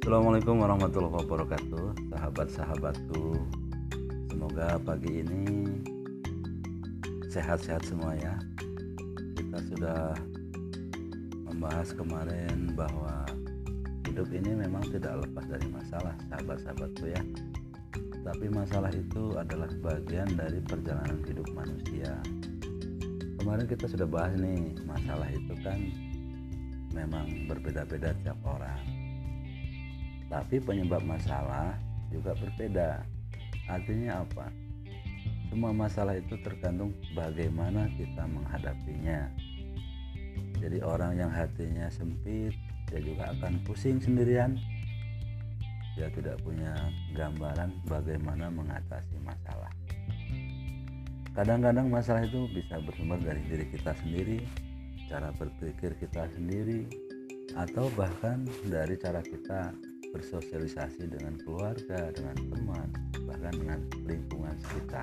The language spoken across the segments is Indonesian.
Assalamualaikum warahmatullahi wabarakatuh, sahabat-sahabatku. Semoga pagi ini sehat-sehat semua ya. Kita sudah membahas kemarin bahwa hidup ini memang tidak lepas dari masalah, sahabat-sahabatku ya. Tapi masalah itu adalah bagian dari perjalanan hidup manusia. Kemarin kita sudah bahas nih, masalah itu kan memang berbeda-beda tiap orang. Tapi penyebab masalah juga berbeda. Artinya apa? Semua masalah itu tergantung bagaimana kita menghadapinya. Jadi orang yang hatinya sempit, dia juga akan pusing sendirian. Dia tidak punya gambaran bagaimana mengatasi masalah. Kadang-kadang masalah itu bisa bersumber dari diri kita sendiri, cara berpikir kita sendiri, atau bahkan dari cara kita bersosialisasi dengan keluarga, dengan teman, bahkan dengan lingkungan sekitar.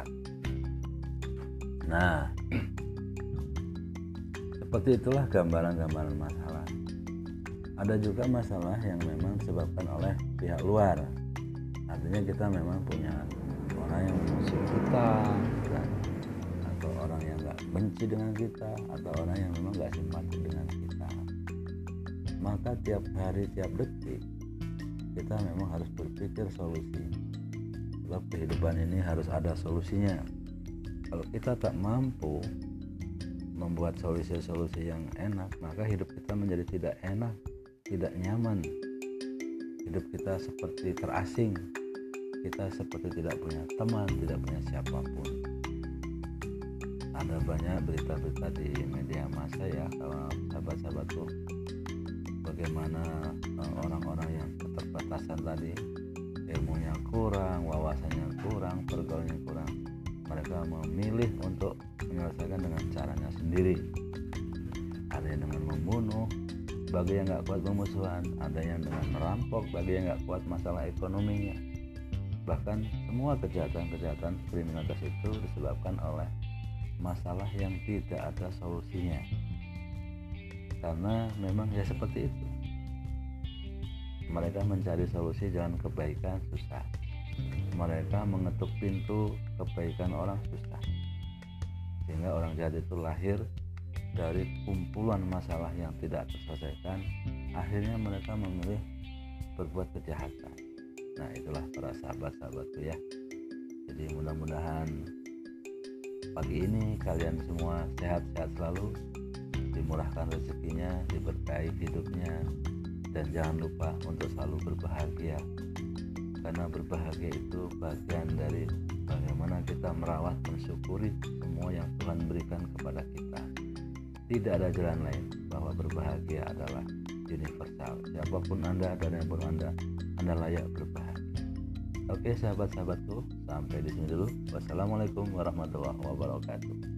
Nah, seperti itulah gambaran-gambaran masalah. Ada juga masalah yang memang disebabkan oleh pihak luar. Artinya kita memang punya orang yang musuh kita, kan? Atau orang yang gak benci dengan kita, atau orang yang memang gak simpati dengan kita. Maka tiap hari, tiap detik kita memang harus berpikir solusi. Sebab kehidupan ini harus ada solusinya. Kalau kita tak mampu membuat solusi-solusi yang enak, maka hidup kita menjadi tidak enak, tidak nyaman. Hidup kita seperti terasing. Kita seperti tidak punya teman, tidak punya siapapun. Ada banyak berita-berita di media massa ya, kalau sahabat-sahabatku, bagaimana orang-orang yang keterbatasan tadi, ilmunya kurang, wawasannya kurang, pergaulannya kurang, mereka memilih untuk menyelesaikan dengan caranya sendiri. Ada yang dengan membunuh bagi yang gak kuat pemusuhan, ada yang dengan merampok bagi yang gak kuat masalah ekonominya. Bahkan semua kejahatan-kejahatan kriminalitas itu disebabkan oleh masalah yang tidak ada solusinya. Karena memang ya seperti itu, mereka mencari solusi jalan kebaikan susah, mereka mengetuk pintu kebaikan orang susah, sehingga orang jahat itu lahir dari kumpulan masalah yang tidak terselesaikan. Akhirnya mereka memilih berbuat kejahatan. Nah, itulah para sahabat-sahabatku ya. Jadi mudah-mudahan pagi ini kalian semua sehat-sehat selalu, dimurahkan rezekinya, diberkahi hidupnya, dan jangan lupa untuk selalu berbahagia, karena berbahagia itu bagian dari bagaimana kita merawat, mensyukuri semua yang Tuhan berikan kepada kita. Tidak ada jalan lain, bahwa berbahagia adalah universal. Siapapun Anda, dimanapun Anda layak berbahagia. Oke sahabat-sahabatku, sampai di sini dulu. Wassalamualaikum warahmatullahi wabarakatuh.